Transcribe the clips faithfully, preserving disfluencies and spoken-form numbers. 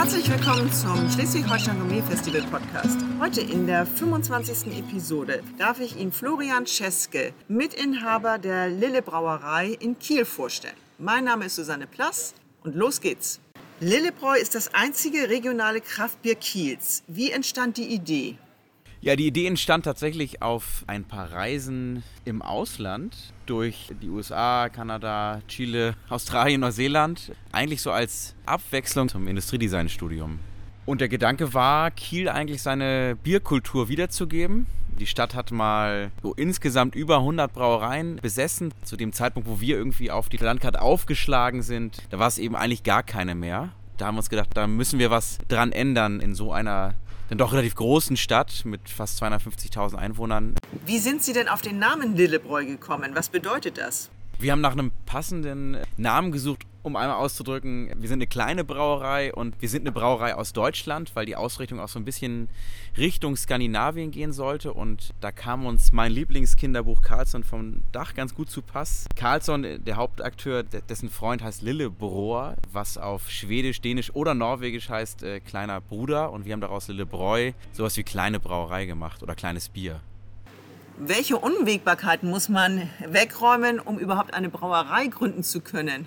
Herzlich willkommen zum Schleswig-Holstein Gourmet Festival Podcast. Heute in der fünfundzwanzigsten Episode darf ich Ihnen Florian Czeske, Mitinhaber der Lille Brauerei in Kiel, vorstellen. Mein Name ist Susanne Plass und los geht's. Lillebräu ist das einzige regionale Kraftbier Kiels. Wie entstand die Idee? Ja, die Idee entstand tatsächlich auf ein paar Reisen im Ausland durch die U S A, Kanada, Chile, Australien, Neuseeland. Eigentlich so als Abwechslung zum Industriedesign-Studium. Und der Gedanke war, Kiel eigentlich seine Bierkultur wiederzugeben. Die Stadt hat mal so insgesamt über hundert Brauereien besessen. Zu dem Zeitpunkt, wo wir irgendwie auf die Landkarte aufgeschlagen sind, da war es eben eigentlich gar keine mehr. Da haben wir uns gedacht, da müssen wir was dran ändern in so einer dann doch relativ großen Stadt mit fast zweihundertfünfzigtausend Einwohnern. Wie sind Sie denn auf den Namen Lillebräu gekommen? Was bedeutet das? Wir haben nach einem passenden Namen gesucht, um einmal auszudrücken, wir sind eine kleine Brauerei und wir sind eine Brauerei aus Deutschland, weil die Ausrichtung auch so ein bisschen Richtung Skandinavien gehen sollte. Und da kam uns mein Lieblingskinderbuch Karlsson vom Dach ganz gut zu Pass. Karlsson, der Hauptakteur, dessen Freund heißt Lillebror, was auf Schwedisch, Dänisch oder Norwegisch heißt äh, kleiner Bruder. Und wir haben daraus Lillebräu sowas wie kleine Brauerei gemacht oder kleines Bier. Welche Unwägbarkeiten muss man wegräumen, um überhaupt eine Brauerei gründen zu können?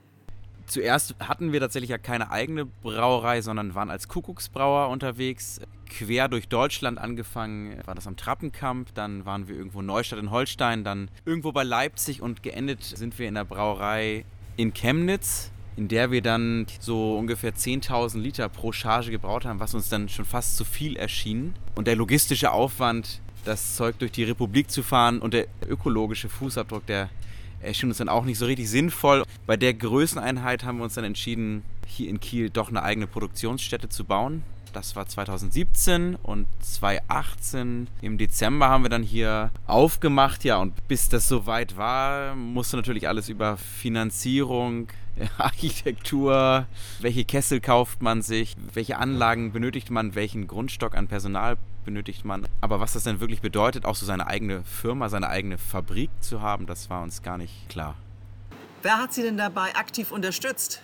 Zuerst hatten wir tatsächlich ja keine eigene Brauerei, sondern waren als Kuckucksbrauer unterwegs. Quer durch Deutschland angefangen, war das am Trappenkamp, dann waren wir irgendwo in Neustadt in Holstein, dann irgendwo bei Leipzig und geendet sind wir in der Brauerei in Chemnitz, in der wir dann so ungefähr zehntausend Liter pro Charge gebraut haben, was uns dann schon fast zu viel erschien. Und der logistische Aufwand, das Zeug durch die Republik zu fahren und der ökologische Fußabdruck, der erschien uns dann auch nicht so richtig sinnvoll. Bei der Größeneinheit haben wir uns dann entschieden, hier in Kiel doch eine eigene Produktionsstätte zu bauen. Das war zweitausendsiebzehn und zweitausendachtzehn im Dezember haben wir dann hier aufgemacht. Ja, und bis das soweit war, musste natürlich alles über Finanzierung, Architektur, welche Kessel kauft man sich, welche Anlagen benötigt man, welchen Grundstock an Personal benötigt man. Aber was das denn wirklich bedeutet, auch so seine eigene Firma, seine eigene Fabrik zu haben, das war uns gar nicht klar. Wer hat Sie denn dabei aktiv unterstützt?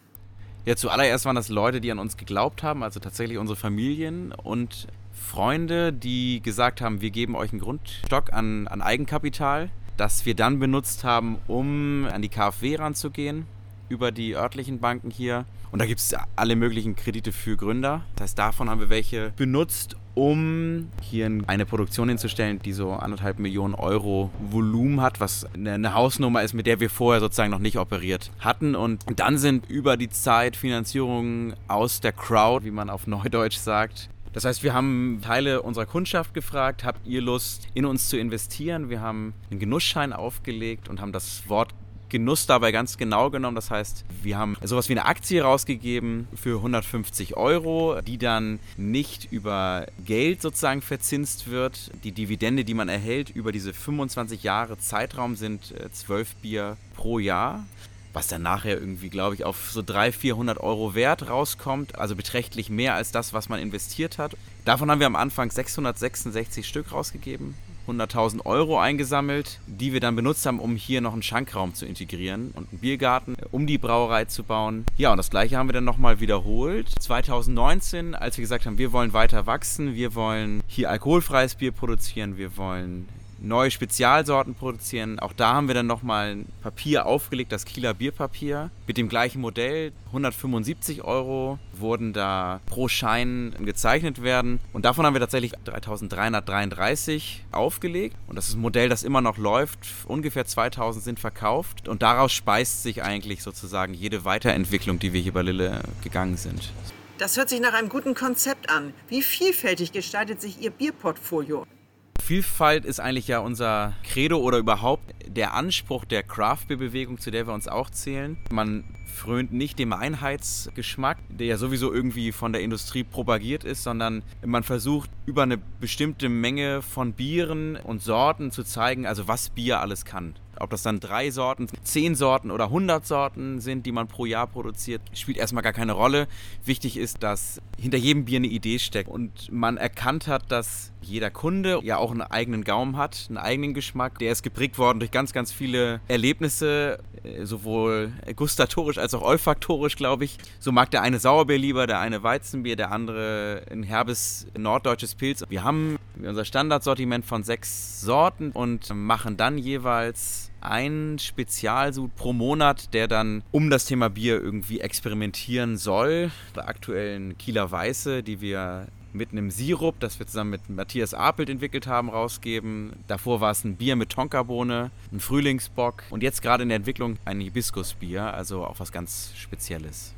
Ja, zuallererst waren das Leute, die an uns geglaubt haben, also tatsächlich unsere Familien und Freunde, die gesagt haben, wir geben euch einen Grundstock an, an Eigenkapital, das wir dann benutzt haben, um an die KfW ranzugehen, über die örtlichen Banken hier. Und da gibt es alle möglichen Kredite für Gründer. Das heißt, davon haben wir welche benutzt, um hier eine Produktion hinzustellen, die so anderthalb Millionen Euro Volumen hat, was eine Hausnummer ist, mit der wir vorher sozusagen noch nicht operiert hatten. Und dann sind über die Zeit Finanzierungen aus der Crowd, wie man auf Neudeutsch sagt. Das heißt, wir haben Teile unserer Kundschaft gefragt, habt ihr Lust, in uns zu investieren? Wir haben einen Genussschein aufgelegt und haben das Wort Genuss dabei ganz genau genommen. Das heißt, wir haben sowas wie eine Aktie rausgegeben für hundertfünfzig Euro, die dann nicht über Geld sozusagen verzinst wird. Die Dividende, die man erhält über diese fünfundzwanzig Jahre Zeitraum, sind zwölf Bier pro Jahr, was dann nachher irgendwie, glaube ich, auf so dreihundert, vierhundert Euro Wert rauskommt, also beträchtlich mehr als das, was man investiert hat. Davon haben wir am Anfang sechshundertsechsundsechzig Stück rausgegeben, hunderttausend Euro eingesammelt, die wir dann benutzt haben, um hier noch einen Schankraum zu integrieren und einen Biergarten, um die Brauerei zu bauen. Ja, und das Gleiche haben wir dann nochmal wiederholt. zweitausendneunzehn, als wir gesagt haben, wir wollen weiter wachsen, wir wollen hier alkoholfreies Bier produzieren, wir wollen neue Spezialsorten produzieren. Auch da haben wir dann nochmal ein Papier aufgelegt, das Kieler Bierpapier. Mit dem gleichen Modell, hundertfünfundsiebzig Euro wurden da pro Schein gezeichnet werden. Und davon haben wir tatsächlich dreitausenddreihundertdreiunddreißig aufgelegt. Und das ist ein Modell, das immer noch läuft. Ungefähr zweitausend sind verkauft. Und daraus speist sich eigentlich sozusagen jede Weiterentwicklung, die wir hier bei Lille gegangen sind. Das hört sich nach einem guten Konzept an. Wie vielfältig gestaltet sich Ihr Bierportfolio? Vielfalt ist eigentlich ja unser Credo oder überhaupt der Anspruch der Craft-Beer-Bewegung, zu der wir uns auch zählen. Man frönt nicht dem Einheitsgeschmack, der ja sowieso irgendwie von der Industrie propagiert ist, sondern man versucht über eine bestimmte Menge von Bieren und Sorten zu zeigen, also was Bier alles kann. Ob das dann drei Sorten, zehn Sorten oder hundert Sorten sind, die man pro Jahr produziert, spielt erstmal gar keine Rolle. Wichtig ist, dass hinter jedem Bier eine Idee steckt und man erkannt hat, dass jeder Kunde ja auch einen eigenen Gaumen hat, einen eigenen Geschmack. Der ist geprägt worden durch ganz, ganz viele Erlebnisse, sowohl gustatorisch als auch olfaktorisch, glaube ich. So mag der eine Sauerbier lieber, der eine Weizenbier, der andere ein herbes norddeutsches Pilz. Wir haben unser Standardsortiment von sechs Sorten und machen dann jeweils ein Spezialsud pro Monat, der dann um das Thema Bier irgendwie experimentieren soll. Der aktuellen Kieler Weiße, die wir mit einem Sirup, das wir zusammen mit Matthias Apelt entwickelt haben, rausgeben. Davor war es ein Bier mit Tonkabohne, ein Frühlingsbock und jetzt gerade in der Entwicklung ein Hibiskusbier, also auch was ganz Spezielles.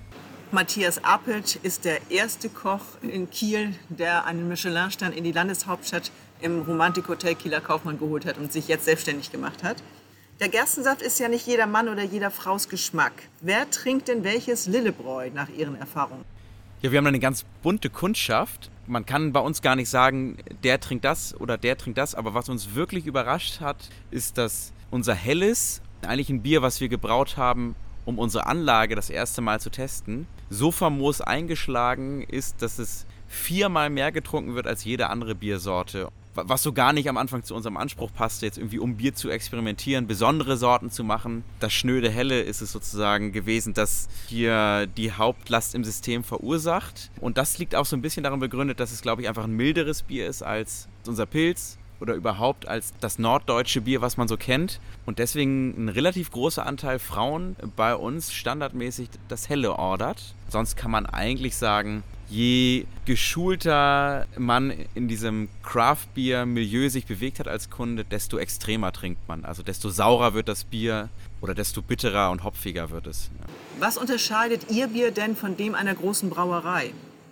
Matthias Apelt ist der erste Koch in Kiel, der einen Michelin-Stern in die Landeshauptstadt im Romantik-Hotel Kieler Kaufmann geholt hat und sich jetzt selbstständig gemacht hat. Der Gerstensaft ist ja nicht jeder Mann oder jeder Fraus Geschmack. Wer trinkt denn welches Lillebräu nach Ihren Erfahrungen? Ja, wir haben eine ganz bunte Kundschaft. Man kann bei uns gar nicht sagen, der trinkt das oder der trinkt das. Aber was uns wirklich überrascht hat, ist, dass unser Helles, eigentlich ein Bier, was wir gebraut haben, um unsere Anlage das erste Mal zu testen, so famos eingeschlagen ist, dass es viermal mehr getrunken wird als jede andere Biersorte. Was so gar nicht am Anfang zu unserem Anspruch passte, jetzt irgendwie um Bier zu experimentieren, besondere Sorten zu machen. Das schnöde Helle ist es sozusagen gewesen, das hier die Hauptlast im System verursacht. Und das liegt auch so ein bisschen darin begründet, dass es, glaube ich, einfach ein milderes Bier ist als unser Pilz oder überhaupt als das norddeutsche Bier, was man so kennt. Und deswegen ein relativ großer Anteil Frauen bei uns standardmäßig das Helle ordert. Sonst kann man eigentlich sagen, je geschulter man in diesem Craft-Bier-Milieu sich bewegt hat als Kunde, desto extremer trinkt man. Also desto saurer wird das Bier oder desto bitterer und hopfiger wird es. Was unterscheidet Ihr Bier denn von dem einer großen Brauerei?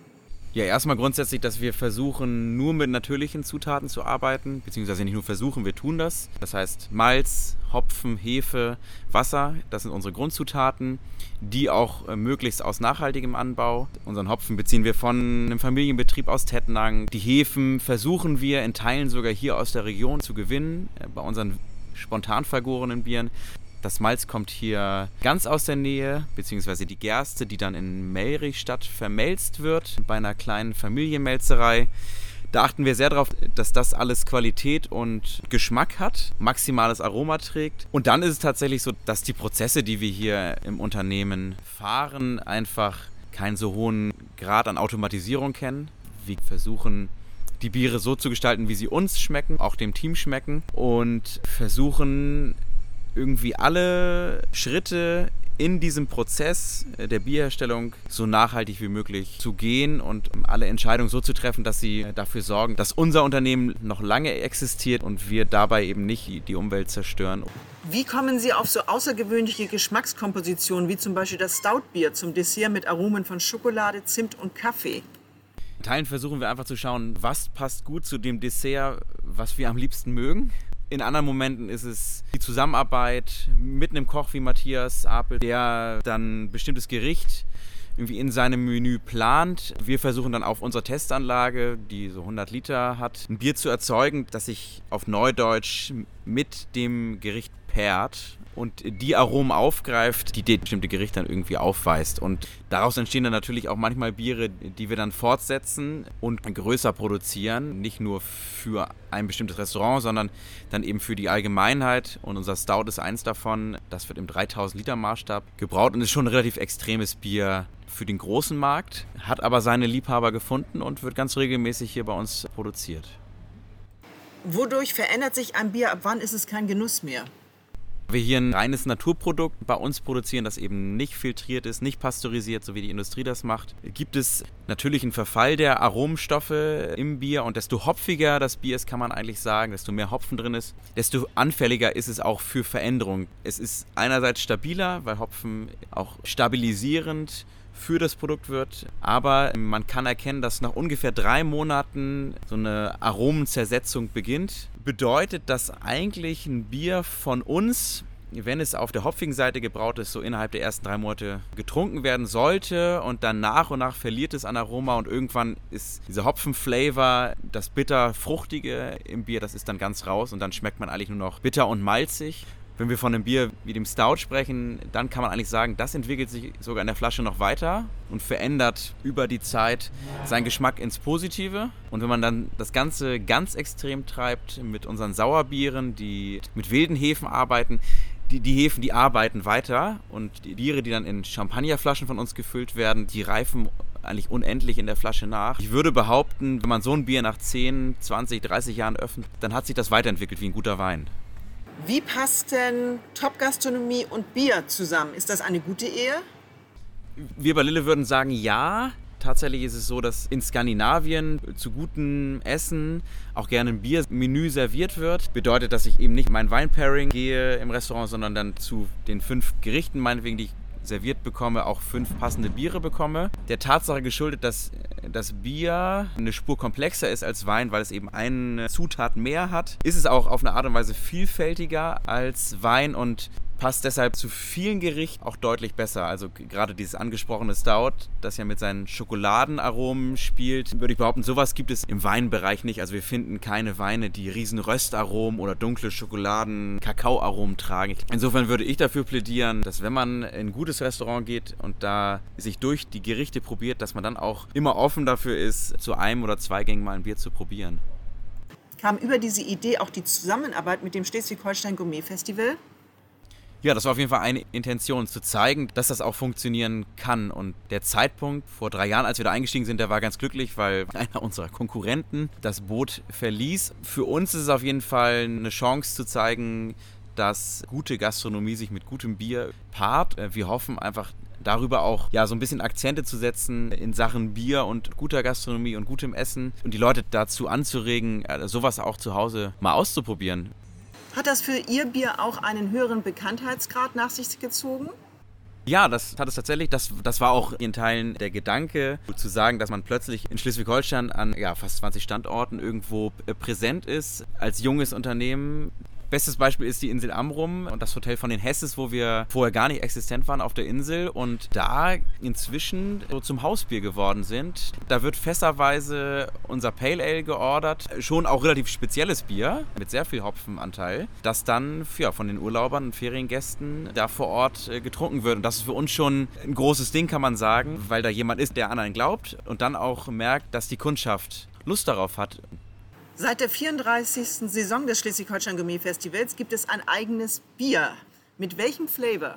Ja, erstmal grundsätzlich, dass wir versuchen, nur mit natürlichen Zutaten zu arbeiten, beziehungsweise nicht nur versuchen, wir tun das. Das heißt Malz, Hopfen, Hefe, Wasser, das sind unsere Grundzutaten, die auch äh, möglichst aus nachhaltigem Anbau. Unseren Hopfen beziehen wir von einem Familienbetrieb aus Tettnang. Die Hefen versuchen wir in Teilen sogar hier aus der Region zu gewinnen, äh, bei unseren spontan vergorenen Bieren. Das Malz kommt hier ganz aus der Nähe, beziehungsweise die Gerste, die dann in Mellrichstadt vermelzt wird, bei einer kleinen Familienmelzerei. Da achten wir sehr darauf, dass das alles Qualität und Geschmack hat, maximales Aroma trägt. Und dann ist es tatsächlich so, dass die Prozesse, die wir hier im Unternehmen fahren, einfach keinen so hohen Grad an Automatisierung kennen. Wir versuchen, die Biere so zu gestalten, wie sie uns schmecken, auch dem Team schmecken und versuchen, irgendwie alle Schritte in diesem Prozess der Bierherstellung so nachhaltig wie möglich zu gehen und alle Entscheidungen so zu treffen, dass sie dafür sorgen, dass unser Unternehmen noch lange existiert und wir dabei eben nicht die Umwelt zerstören. Wie kommen Sie auf so außergewöhnliche Geschmackskompositionen wie zum Beispiel das Stoutbier zum Dessert mit Aromen von Schokolade, Zimt und Kaffee? In Teilen versuchen wir einfach zu schauen, was passt gut zu dem Dessert, was wir am liebsten mögen. In anderen Momenten ist es die Zusammenarbeit mit einem Koch wie Matthias Apel, der dann ein bestimmtes Gericht irgendwie in seinem Menü plant. Wir versuchen dann auf unserer Testanlage, die so hundert Liter hat, ein Bier zu erzeugen, das sich auf Neudeutsch mit dem Gericht paart und die Aromen aufgreift, die das bestimmte Gericht dann irgendwie aufweist. Und daraus entstehen dann natürlich auch manchmal Biere, die wir dann fortsetzen und größer produzieren. Nicht nur für ein bestimmtes Restaurant, sondern dann eben für die Allgemeinheit. Und unser Stout ist eins davon. Das wird im dreitausend Liter Maßstab gebraut und ist schon ein relativ extremes Bier für den großen Markt, hat aber seine Liebhaber gefunden und wird ganz regelmäßig hier bei uns produziert. Wodurch verändert sich ein Bier? Ab wann ist es kein Genuss mehr? Wir hier ein reines Naturprodukt bei uns produzieren, das eben nicht filtriert ist, nicht pasteurisiert, so wie die Industrie das macht, gibt es natürlich einen Verfall der Aromenstoffe im Bier und desto hopfiger das Bier ist, kann man eigentlich sagen, desto mehr Hopfen drin ist, desto anfälliger ist es auch für Veränderung. Es ist einerseits stabiler, weil Hopfen auch stabilisierend für das Produkt wird, aber man kann erkennen, dass nach ungefähr drei Monaten so eine Aromenzersetzung beginnt. Bedeutet, dass eigentlich ein Bier von uns, wenn es auf der hopfigen Seite gebraut ist, so innerhalb der ersten drei Monate getrunken werden sollte und dann nach und nach verliert es an Aroma und irgendwann ist dieser Hopfenflavor, das bitter-fruchtige im Bier, das ist dann ganz raus und dann schmeckt man eigentlich nur noch bitter und malzig. Wenn wir von einem Bier wie dem Stout sprechen, dann kann man eigentlich sagen, das entwickelt sich sogar in der Flasche noch weiter und verändert über die Zeit seinen Geschmack ins Positive. Und wenn man dann das Ganze ganz extrem treibt mit unseren Sauerbieren, die mit wilden Hefen arbeiten, die, die Hefen, die arbeiten weiter und die Biere, die dann in Champagnerflaschen von uns gefüllt werden, die reifen eigentlich unendlich in der Flasche nach. Ich würde behaupten, wenn man so ein Bier nach zehn, zwanzig, dreißig Jahren öffnet, dann hat sich das weiterentwickelt wie ein guter Wein. Wie passt denn Top-Gastronomie und Bier zusammen? Ist das eine gute Ehe? Wir bei Lille würden sagen, ja. Tatsächlich ist es so, dass in Skandinavien zu gutem Essen auch gerne ein Biermenü serviert wird. Bedeutet, dass ich eben nicht mein Wein-Pairing gehe im Restaurant, sondern dann zu den fünf Gerichten, meinetwegen, die ich serviert bekomme, auch fünf passende Biere bekomme. Der Tatsache geschuldet, dass das Bier eine Spur komplexer ist als Wein, weil es eben eine Zutat mehr hat, ist es auch auf eine Art und Weise vielfältiger als Wein und passt deshalb zu vielen Gerichten auch deutlich besser. Also gerade dieses angesprochene Stout, das ja mit seinen Schokoladenaromen spielt, würde ich behaupten, sowas gibt es im Weinbereich nicht. Also wir finden keine Weine, die riesen Röstaromen oder dunkle Schokoladen, Kakaoaromen tragen. Insofern würde ich dafür plädieren, dass wenn man in ein gutes Restaurant geht und da sich durch die Gerichte probiert, dass man dann auch immer offen dafür ist, zu einem oder zwei Gängen mal ein Bier zu probieren. Kam über diese Idee auch die Zusammenarbeit mit dem Schleswig-Holstein Gourmet Festival? Ja, das war auf jeden Fall eine Intention, zu zeigen, dass das auch funktionieren kann. Und der Zeitpunkt vor drei Jahren, als wir da eingestiegen sind, der war ganz glücklich, weil einer unserer Konkurrenten das Boot verließ. Für uns ist es auf jeden Fall eine Chance zu zeigen, dass gute Gastronomie sich mit gutem Bier paart. Wir hoffen einfach darüber auch ja, so ein bisschen Akzente zu setzen in Sachen Bier und guter Gastronomie und gutem Essen und die Leute dazu anzuregen, sowas auch zu Hause mal auszuprobieren. Hat das für Ihr Bier auch einen höheren Bekanntheitsgrad nach sich gezogen? Ja, das hat es tatsächlich. Das, das war auch in Teilen der Gedanke, zu sagen, dass man plötzlich in Schleswig-Holstein an ja, fast zwanzig Standorten irgendwo präsent ist als junges Unternehmen. Bestes Beispiel ist die Insel Amrum und das Hotel von den Hesses, wo wir vorher gar nicht existent waren auf der Insel und da inzwischen so zum Hausbier geworden sind. Da wird fässerweise unser Pale Ale geordert, schon auch relativ spezielles Bier mit sehr viel Hopfenanteil, das dann ja, von den Urlaubern und Feriengästen da vor Ort getrunken wird. Und das ist für uns schon ein großes Ding, kann man sagen, weil da jemand ist, der an einen glaubt und dann auch merkt, dass die Kundschaft Lust darauf hat. Seit der vierunddreißigsten Saison des Schleswig-Holstein Gourmet Festivals gibt es ein eigenes Bier. Mit welchem Flavor?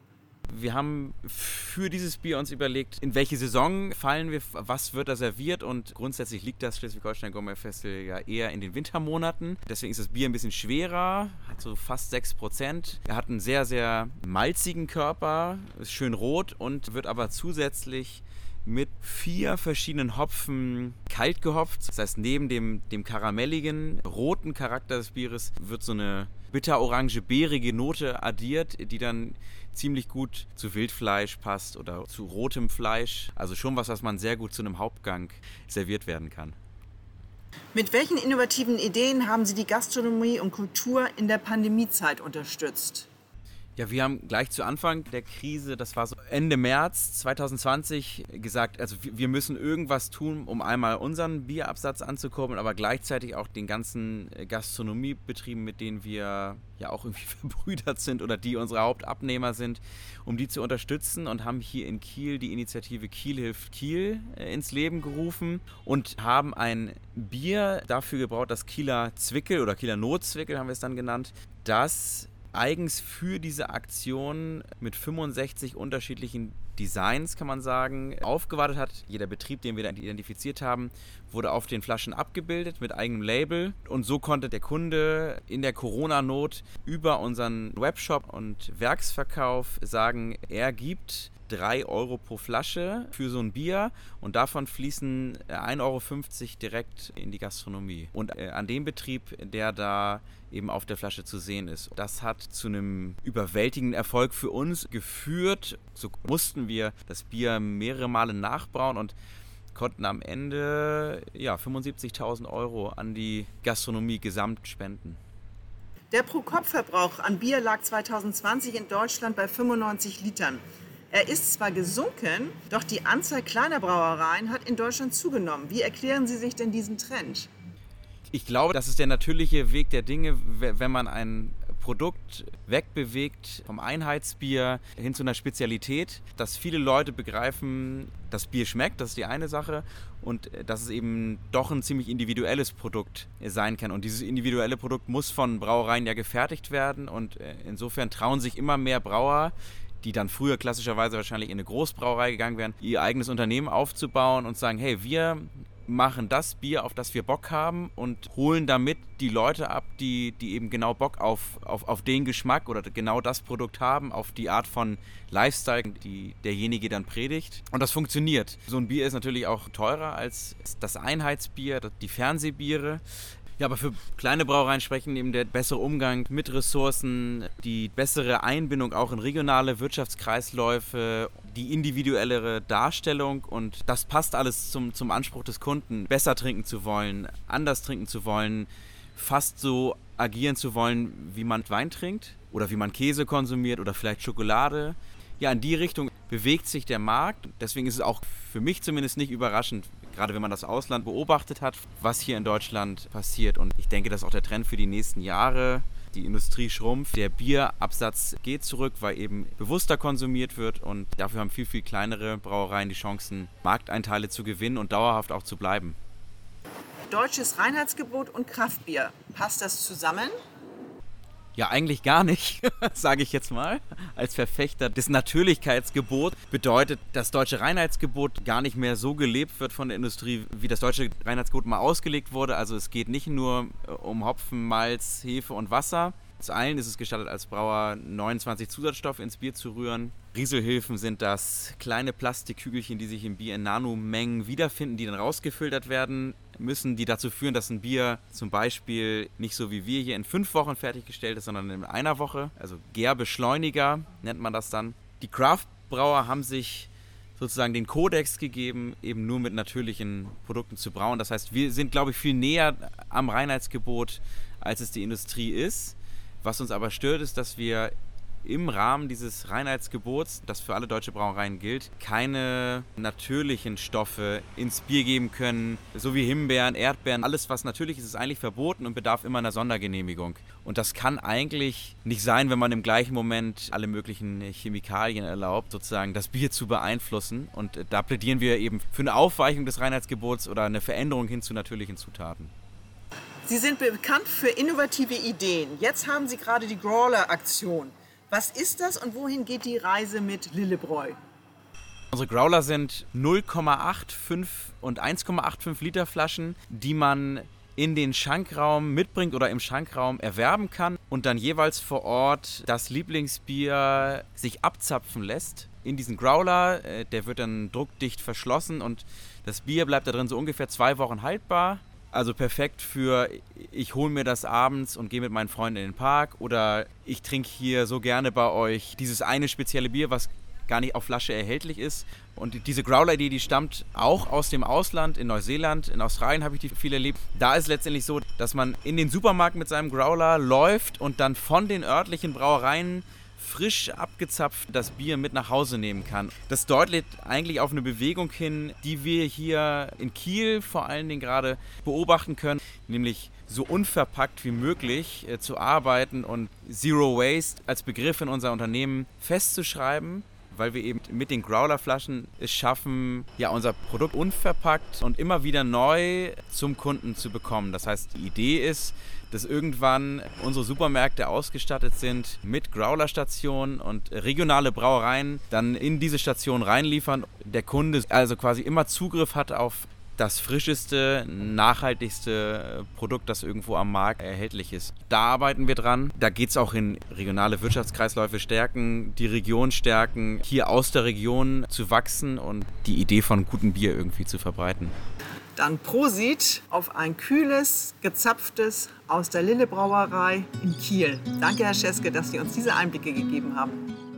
Wir haben für dieses Bier uns überlegt, in welche Saison fallen wir, was wird da serviert und grundsätzlich liegt das Schleswig-Holstein Gourmet Festival ja eher in den Wintermonaten. Deswegen ist das Bier ein bisschen schwerer, hat so fast sechs Prozent. Er hat einen sehr, sehr malzigen Körper, ist schön rot und wird aber zusätzlich mit vier verschiedenen Hopfen kalt gehopft. Das heißt, neben dem, dem karamelligen, roten Charakter des Bieres wird so eine bitter-orange, beerige Note addiert, die dann ziemlich gut zu Wildfleisch passt oder zu rotem Fleisch. Also schon was, was man sehr gut zu einem Hauptgang serviert werden kann. Mit welchen innovativen Ideen haben Sie die Gastronomie und Kultur in der Pandemiezeit unterstützt? Ja, wir haben gleich zu Anfang der Krise, das war so Ende März zwanzig zwanzig, gesagt, also wir müssen irgendwas tun, um einmal unseren Bierabsatz anzukurbeln, aber gleichzeitig auch den ganzen Gastronomiebetrieben, mit denen wir ja auch irgendwie verbrüdert sind oder die unsere Hauptabnehmer sind, um die zu unterstützen und haben hier in Kiel die Initiative Kiel hilft Kiel ins Leben gerufen und haben ein Bier dafür gebraut, das Kieler Zwickel oder Kieler Notzwickel haben wir es dann genannt, das eigens für diese Aktion mit fünfundsechzig unterschiedlichen Designs, kann man sagen, aufgewartet hat. Jeder Betrieb, den wir da identifiziert haben, wurde auf den Flaschen abgebildet mit eigenem Label. Und so konnte der Kunde in der Corona-Not über unseren Webshop und Werksverkauf sagen, er gibt drei Euro pro Flasche für so ein Bier und davon fließen ein Euro fünfzig direkt in die Gastronomie. Und äh, an dem Betrieb, der da eben auf der Flasche zu sehen ist. Das hat zu einem überwältigenden Erfolg für uns geführt. So mussten wir das Bier mehrere Male nachbrauen und konnten am Ende ja, fünfundsiebzigtausend Euro an die Gastronomie gesamt spenden. Der Pro-Kopf-Verbrauch an Bier lag zwanzig zwanzig in Deutschland bei fünfundneunzig Litern. Er ist zwar gesunken, doch die Anzahl kleiner Brauereien hat in Deutschland zugenommen. Wie erklären Sie sich denn diesen Trend? Ich glaube, das ist der natürliche Weg der Dinge, wenn man ein Produkt wegbewegt vom Einheitsbier hin zu einer Spezialität, dass viele Leute begreifen, dass Bier schmeckt, das ist die eine Sache, und dass es eben doch ein ziemlich individuelles Produkt sein kann. Und dieses individuelle Produkt muss von Brauereien ja gefertigt werden, und insofern trauen sich immer mehr Brauer, die dann früher klassischerweise wahrscheinlich in eine Großbrauerei gegangen wären, ihr eigenes Unternehmen aufzubauen und sagen, hey, wir machen das Bier, auf das wir Bock haben, und holen damit die Leute ab, die, die eben genau Bock auf, auf, auf den Geschmack oder genau das Produkt haben, auf die Art von Lifestyle, die derjenige dann predigt. Und das funktioniert. So ein Bier ist natürlich auch teurer als das Einheitsbier, die Fernsehbiere. Ja, aber für kleine Brauereien sprechen eben der bessere Umgang mit Ressourcen, die bessere Einbindung auch in regionale Wirtschaftskreisläufe, die individuellere Darstellung, und das passt alles zum, zum Anspruch des Kunden, besser trinken zu wollen, anders trinken zu wollen, fast so agieren zu wollen, wie man Wein trinkt oder wie man Käse konsumiert oder vielleicht Schokolade. Ja, in die Richtung bewegt sich der Markt. Deswegen ist es auch für mich zumindest nicht überraschend, gerade wenn man das Ausland beobachtet hat, was hier in Deutschland passiert. Und ich denke, das ist auch der Trend für die nächsten Jahre. Die Industrie schrumpft, der Bierabsatz geht zurück, weil eben bewusster konsumiert wird, und dafür haben viel, viel kleinere Brauereien die Chancen, Markteinteile zu gewinnen und dauerhaft auch zu bleiben. Deutsches Reinheitsgebot und Kraftbier, passt das zusammen? Ja, eigentlich gar nicht, sage ich jetzt mal. Als Verfechter des Natürlichkeitsgebots bedeutet das deutsche Reinheitsgebot gar nicht mehr so gelebt wird von der Industrie, wie das deutsche Reinheitsgebot mal ausgelegt wurde. Also es geht nicht nur um Hopfen, Malz, Hefe und Wasser. Zu allen ist es gestattet, als Brauer neunundzwanzig Zusatzstoffe ins Bier zu rühren. Rieselhilfen sind das kleine Plastikkügelchen, die sich im Bier in Nanomengen wiederfinden, die dann rausgefiltert werden müssen, die dazu führen, dass ein Bier zum Beispiel nicht so wie wir hier in fünf Wochen fertiggestellt ist, sondern in einer Woche. Also Gärbeschleuniger nennt man das dann. Die Craft-Brauer haben sich sozusagen den Kodex gegeben, eben nur mit natürlichen Produkten zu brauen. Das heißt, wir sind, glaube ich, viel näher am Reinheitsgebot, als es die Industrie ist. Was uns aber stört, ist, dass wir im Rahmen dieses Reinheitsgebots, das für alle deutsche Brauereien gilt, keine natürlichen Stoffe ins Bier geben können, so wie Himbeeren, Erdbeeren. Alles, was natürlich ist, ist eigentlich verboten und bedarf immer einer Sondergenehmigung. Und das kann eigentlich nicht sein, wenn man im gleichen Moment alle möglichen Chemikalien erlaubt, sozusagen das Bier zu beeinflussen. Und da plädieren wir eben für eine Aufweichung des Reinheitsgebots oder eine Veränderung hin zu natürlichen Zutaten. Sie sind bekannt für innovative Ideen. Jetzt haben Sie gerade die Growler-Aktion. Was ist das und wohin geht die Reise mit Lillebräu? Unsere Growler sind null Komma fünfundachtzig und eins Komma fünfundachtzig Liter Flaschen, die man in den Schankraum mitbringt oder im Schankraum erwerben kann und dann jeweils vor Ort das Lieblingsbier sich abzapfen lässt in diesen Growler. Der wird dann druckdicht verschlossen und das Bier bleibt da drin so ungefähr zwei Wochen haltbar. Also perfekt für, ich hole mir das abends und gehe mit meinen Freunden in den Park, oder ich trinke hier so gerne bei euch dieses eine spezielle Bier, was gar nicht auf Flasche erhältlich ist. Und diese Growler-Idee, die stammt auch aus dem Ausland, in Neuseeland, in Australien habe ich die viel erlebt. Da ist es letztendlich so, dass man in den Supermarkt mit seinem Growler läuft und dann von den örtlichen Brauereien frisch abgezapft das Bier mit nach Hause nehmen kann. Das deutet eigentlich auf eine Bewegung hin, die wir hier in Kiel vor allen Dingen gerade beobachten können, nämlich so unverpackt wie möglich äh, zu arbeiten und Zero Waste als Begriff in unser Unternehmen festzuschreiben, weil wir eben mit den Growlerflaschen es schaffen, ja, unser Produkt unverpackt und immer wieder neu zum Kunden zu bekommen. Das heißt, die Idee ist, dass irgendwann unsere Supermärkte ausgestattet sind mit Growler-Stationen und regionale Brauereien dann in diese Station reinliefern. Der Kunde also quasi immer Zugriff hat auf das frischeste, nachhaltigste Produkt, das irgendwo am Markt erhältlich ist. Da arbeiten wir dran. Da geht es auch in regionale Wirtschaftskreisläufe stärken, die Region stärken, hier aus der Region zu wachsen und die Idee von gutem Bier irgendwie zu verbreiten. Dann Prosit auf ein kühles, gezapftes aus der Lille Brauerei in Kiel. Danke, Herr Scheske, dass Sie uns diese Einblicke gegeben haben.